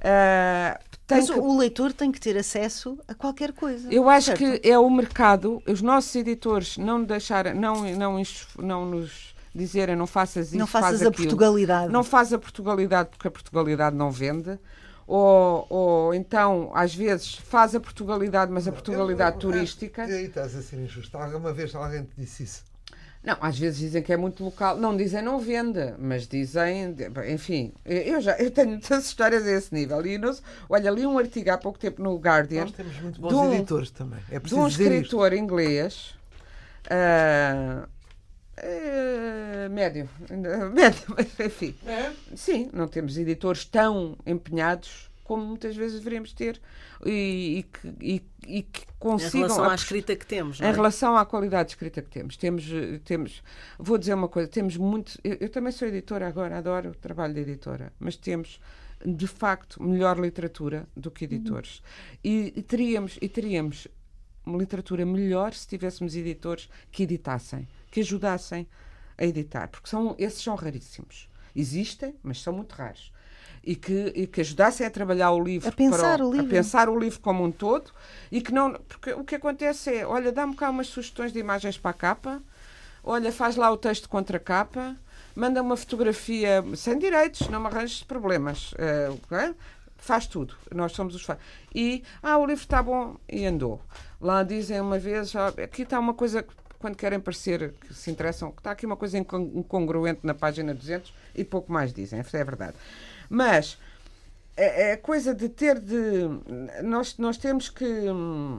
Uh, Mas que... o leitor tem que ter acesso a qualquer coisa. Eu acho certo? que é o mercado, os nossos editores não deixarem, não, não, não nos dizerem não faças isso, não faças faz a aquilo. Portugalidade. Não faz a Portugalidade porque a Portugalidade não vende. ou, ou então, às vezes, faz a Portugalidade, mas a Portugalidade Eu- eu- turística. E aí estás a ser injusto. Alguma vez alguém te disse isso? Não, às vezes dizem que é muito local. Não dizem não vende, mas dizem... Enfim, eu já eu tenho muitas histórias a esse nível. E não, se- olha, li um artigo há pouco tempo no Guardian Nós temos muito de bons um- editores também. É de preciso um dizer isto. escritor inglês... ah, eh, médio, médio, mas enfim. Sim, não temos editores tão empenhados como muitas vezes deveríamos ter e, e que, e, e que Em consigam... relação à apos- escrita que temos, não Em é? relação à qualidade de escrita que temos, temos, eh, temos vou dizer uma coisa, temos muito... Eu, eu também sou editora agora, adoro o trabalho de editora, mas temos, de facto, melhor literatura do que editores. E, e teríamos, e teríamos uma literatura melhor se tivéssemos editores que editassem, que ajudassem a editar, porque são, esses são raríssimos. Existem, mas são muito raros. E que, e que ajudassem a trabalhar o livro, A pensar para o livro. a pensar o livro como um todo, e que não, porque o que acontece é, olha, dá-me cá umas sugestões de imagens para a capa, olha, faz lá o texto contra a capa, manda uma fotografia sem direitos, não me arranjes problemas, eh, ok? Faz tudo, nós somos os fãs. E, ah, o livro está bom, e andou. Lá dizem uma vez, ah, aqui está uma coisa, que, quando querem parecer que se interessam, que está aqui uma coisa incon- incongruente na página duzentos e pouco mais dizem, isso é verdade. Mas é, é coisa de ter de... Nós, nós temos que... hum,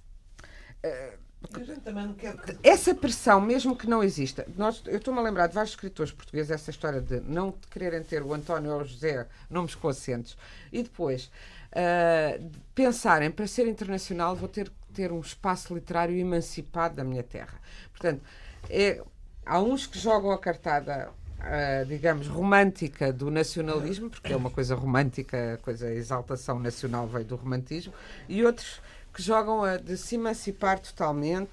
A gente também não quer que- essa pressão, mesmo que não exista, nós, eu estou-me a lembrar de vários escritores portugueses, essa história de não quererem ter o António ou o José nomes com acentos, e depois ah, de pensarem, para ser internacional vou ter que ter um espaço literário emancipado da minha terra. Portanto, é, há uns que jogam a cartada, ah, digamos, romântica do nacionalismo, porque é uma coisa romântica, a coisa, a exaltação nacional veio do romantismo, e outros que jogam a de se emancipar totalmente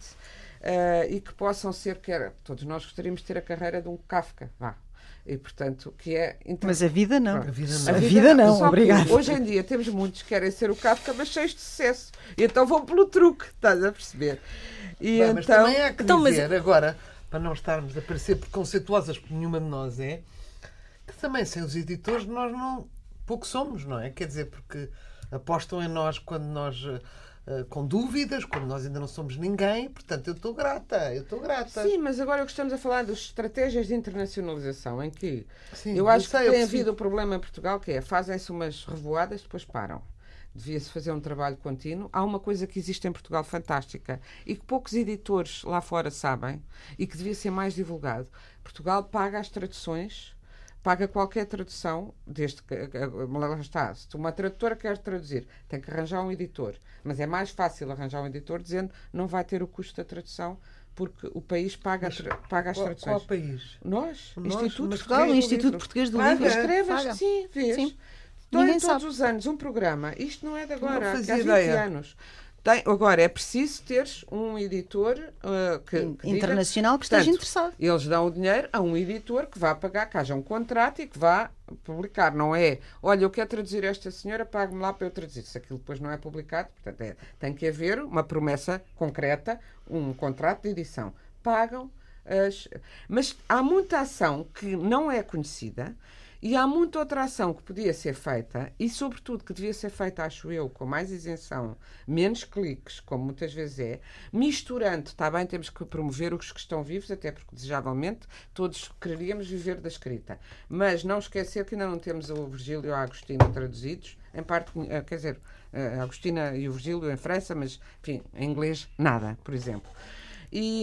eh, e que possam ser, quer, todos nós gostaríamos de ter a carreira de um Kafka, vá. E, portanto, que é... inter- Mas a vida não. A vida A vida não, Só que obrigada. hoje em dia temos muitos que querem ser o Kafka, mas cheios de sucesso. E então vão pelo truque, estás a perceber? E Bem, mas então... também há que Então, mas- dizer, agora, para não estarmos a parecer preconceituosas, porque nenhuma de nós é, que também sem os editores nós não pouco somos, não é? Quer dizer, porque apostam em nós quando nós eh, eh, com dúvidas, quando nós ainda não somos ninguém, portanto eu estou grata, eu estou grata. Sim, mas agora o que estamos a falar das estratégias de internacionalização, em que Sim, eu acho sei, que eu tem percebi. havido o problema em Portugal, que é, fazem-se umas revoadas, depois param. Devia-se fazer um trabalho contínuo. Há uma coisa que existe em Portugal fantástica e que poucos editores lá fora sabem e que devia ser mais divulgado. Portugal paga as traduções, paga qualquer tradução, desde que, lá está, se uma tradutora quer traduzir, tem que arranjar um editor, mas é mais fácil arranjar um editor dizendo não vai ter o custo da tradução porque o país paga, a tra- paga as Qual, traduções. qual país? Nós, Nós, Instituto mas Portugal, o Português do Instituto Livro. Português do Paga. Livro. Escreves, Paga. sim, vês. Sim. Tem Ninguém todos sabe. os anos um programa. Isto não é de agora, Não que fazia há vinte ideia. anos. Tem, agora, é preciso teres um editor uh, que, que diga- Internacional que esteja Portanto, interessado. Eles dão o dinheiro a um editor que vá pagar, que haja um contrato e que vá publicar. Não é, olha, eu quero traduzir esta senhora, pague-me lá para eu traduzir. Se aquilo depois não é publicado, portanto, é, tem que haver uma promessa concreta, um contrato de edição. Pagam as... Mas há muita ação que não é conhecida e há muita outra ação que podia ser feita e, sobretudo, que devia ser feita, acho eu, com mais isenção, menos cliques, como muitas vezes é, misturando, está bem, temos que promover os que estão vivos, até porque, desejavelmente, todos queríamos viver da escrita. Mas não esquecer que ainda não temos o Virgílio e a Agostina traduzidos, em parte, eh, quer dizer, a Agostina e o Virgílio em França, mas, enfim, em inglês, nada, por exemplo. E,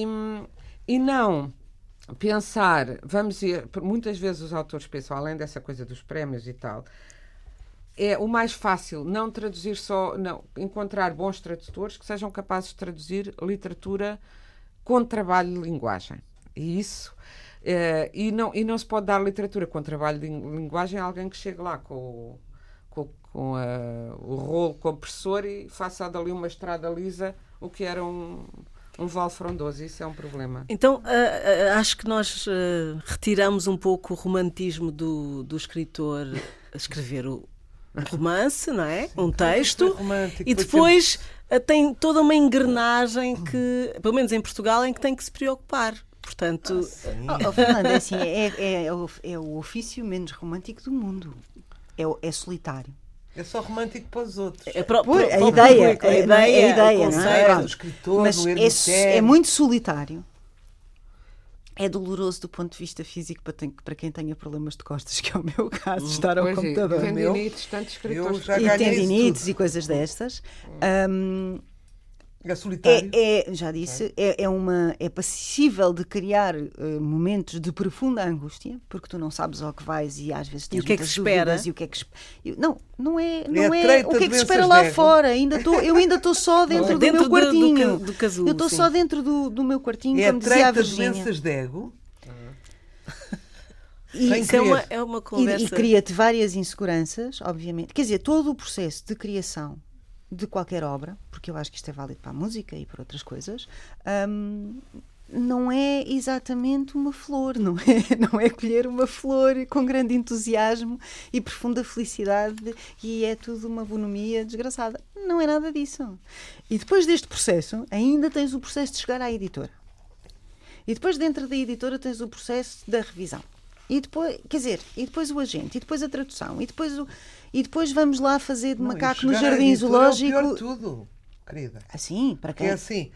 e não... pensar, vamos ir, muitas vezes os autores pensam, além dessa coisa dos prémios e tal, é o mais fácil não traduzir só, não, encontrar bons tradutores que sejam capazes de traduzir literatura com trabalho de linguagem. E isso, eh, e, não, e não se pode dar literatura com trabalho de linguagem a alguém que chegue lá com, o- com, com a- o rolo compressor e faça dali uma estrada lisa, o que era um... Um vale frondoso, isso é um problema. Então, ah, ah, acho que nós ah, retiramos um pouco o romantismo do, do escritor a escrever o um romance, não é? Um texto. Foi romântico, E foi depois ah, tem toda uma engrenagem que, pelo menos em Portugal, em que tem que se preocupar. Portanto, Oh, oh, Fernanda, é assim, é, é, é, o, é o ofício menos romântico do mundo. É, o- é solitário. É só romântico para os outros. É para, Pois, para- a para o ideia, público, a é- ideia, não é? A ideia, o não é? conceito. Pronto. O escritor, Mas o é, ermitério. é muito solitário. É doloroso do ponto de vista físico para, tem- para quem tenha problemas de costas, que é o meu caso, estar ao Pois é, computador. tendinites, tantos escritores. Eu já E ganhei isso tendinites tudo. e coisas destas. Hum, É solitário. É, é, já disse, é, é, uma, é passível de criar eh, momentos de profunda angústia, porque tu não sabes ao que vais e às vezes tens o que é que muitas se espera? dúvidas e o que é que es- eu- não, não é, É não a é, treita o que é de que se doenças espera lá de ego. fora. Ainda tô, eu ainda estou só dentro do Dentro meu do- do quartinho. ca- do casulo, eu estou sim. só dentro do, do meu quartinho, É a como dizia a treita de Virgínia. doenças de ego. E, Sem Isso é uma, querer. é uma e, conversa. e cria-te várias inseguranças, obviamente. Quer dizer, todo o processo de criação de qualquer obra, porque eu acho que isto é válido para a música e para outras coisas, hum, não é exatamente uma flor, não é, não é colher uma flor com grande entusiasmo e profunda felicidade e é tudo uma bonomia desgraçada. Não é nada disso. E depois deste processo, ainda tens o processo de chegar à editora. E depois dentro da editora tens o processo da revisão. E depois, quer dizer, e depois o agente, e depois a tradução, e depois, o, e depois vamos lá fazer de Não, macaco e no chegar à jardim editora é o zoológico. pior de tudo, querida. Assim, para Porque quem? é assim,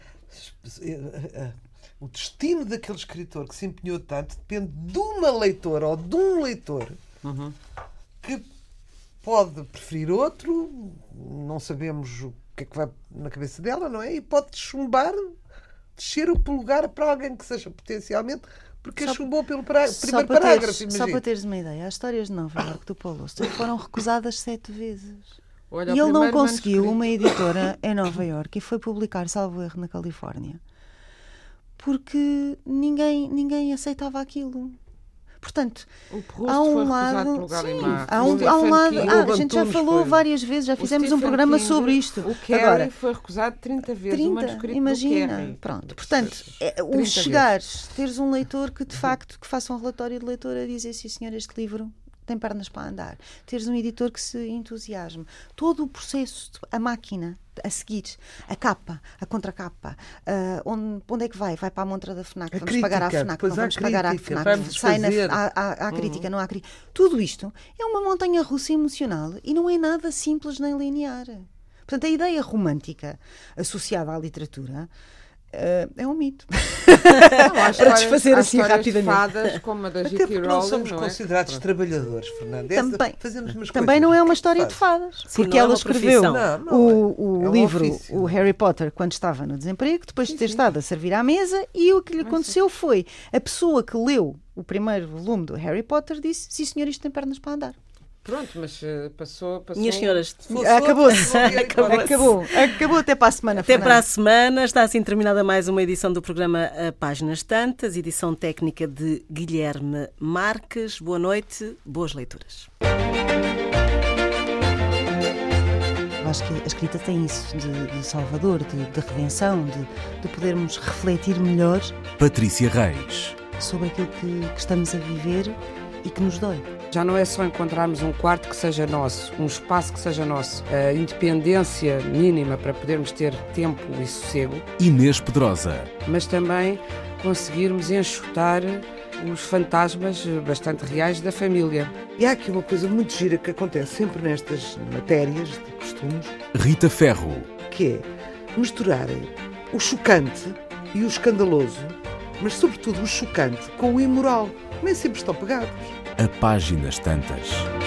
o destino daquele escritor que se empenhou tanto depende de uma leitora ou de um leitor que pode preferir outro, não sabemos o que é que vai na cabeça dela, não é? E pode chumbar, descer o polegar para alguém que seja potencialmente, porque Só- chumbou pelo pará- Só primeiro para, parágrafo, teres, só imagina. para teres uma ideia, as histórias de Nova Iorque do Paulo Auster foram recusadas sete vezes. Olha, E o ele não primeiro conseguiu manuscrito. uma editora em Nova Iorque e foi publicar, salvo erro, na Califórnia. Porque ninguém, ninguém aceitava aquilo. Portanto, O Proust há um foi lado. recusado pelo Gallimard. Há O um, há um Stephen lado. King- Ah, o a gente já Antunes falou foi. várias vezes, já o fizemos um Stephen programa King, sobre isto. O Carey Agora, foi recusado trinta vezes. o trinta, manuscrito imagina. do Carey. Pronto, portanto, é, o trinta chegares, teres um leitor que de facto que faça um relatório de leitor a dizer, sim senhor, este livro tem pernas para andar. Teres um editor que se entusiasme. Todo o processo, a máquina a seguir, a capa, a contracapa, ah, onde, onde é que vai? Vai para a montra da FNAC, A vamos pagar à crítica, FNAC, depois não há vamos pagar à crítica, FNAC, vamos sai na, fazer. há, há, há crítica, não há crítica. Tudo isto é uma montanha russa emocional e não é nada simples nem linear. Portanto, a ideia romântica associada à literatura ah, é um mito. Não, há histórias- desfazer há assim histórias de rapidamente. fadas como a da Até J K porque não Rowling, somos não é? considerados trabalhadores, Fernando. Essa- Também, fazemos umas também coisas. não é O uma que história é de que fadas. Sim, porque não é ela uma escreveu profissão. Não, não o, é. o É um livro, ofício. o Harry Potter, quando estava no desemprego, depois de ter estado a servir à mesa, e o que lhe aconteceu foi a pessoa que leu o primeiro volume do Harry Potter disse: sim senhor, isto tem pernas para andar. Pronto, mas eh, passou, passou... Minhas senhoras, Se fosse Acabou-se. outro, não havia Acabou-se. hipótese. Acabou, acabou até para a semana. até para a Fernanda. semana. Está assim terminada mais uma edição do programa A Páginas Tantas, edição técnica de Guilherme Marques. Boa noite, boas leituras. Eu acho que a escrita tem isso de, de salvador, de, de redenção, de, de podermos refletir melhor Patrícia Reis. sobre aquilo que, que estamos a viver e que nos dói. Já não é só encontrarmos um quarto que seja nosso, um espaço que seja nosso, a independência mínima para podermos ter tempo e sossego, Inês Pedrosa. mas também conseguirmos enxutar os fantasmas bastante reais da família. E há aqui uma coisa muito gira que acontece sempre nestas matérias de costumes, Rita Ferro. que é misturarem o chocante e o escandaloso, mas sobretudo o chocante com o imoral. Nem sempre estão pegados. A Páginas Tantas.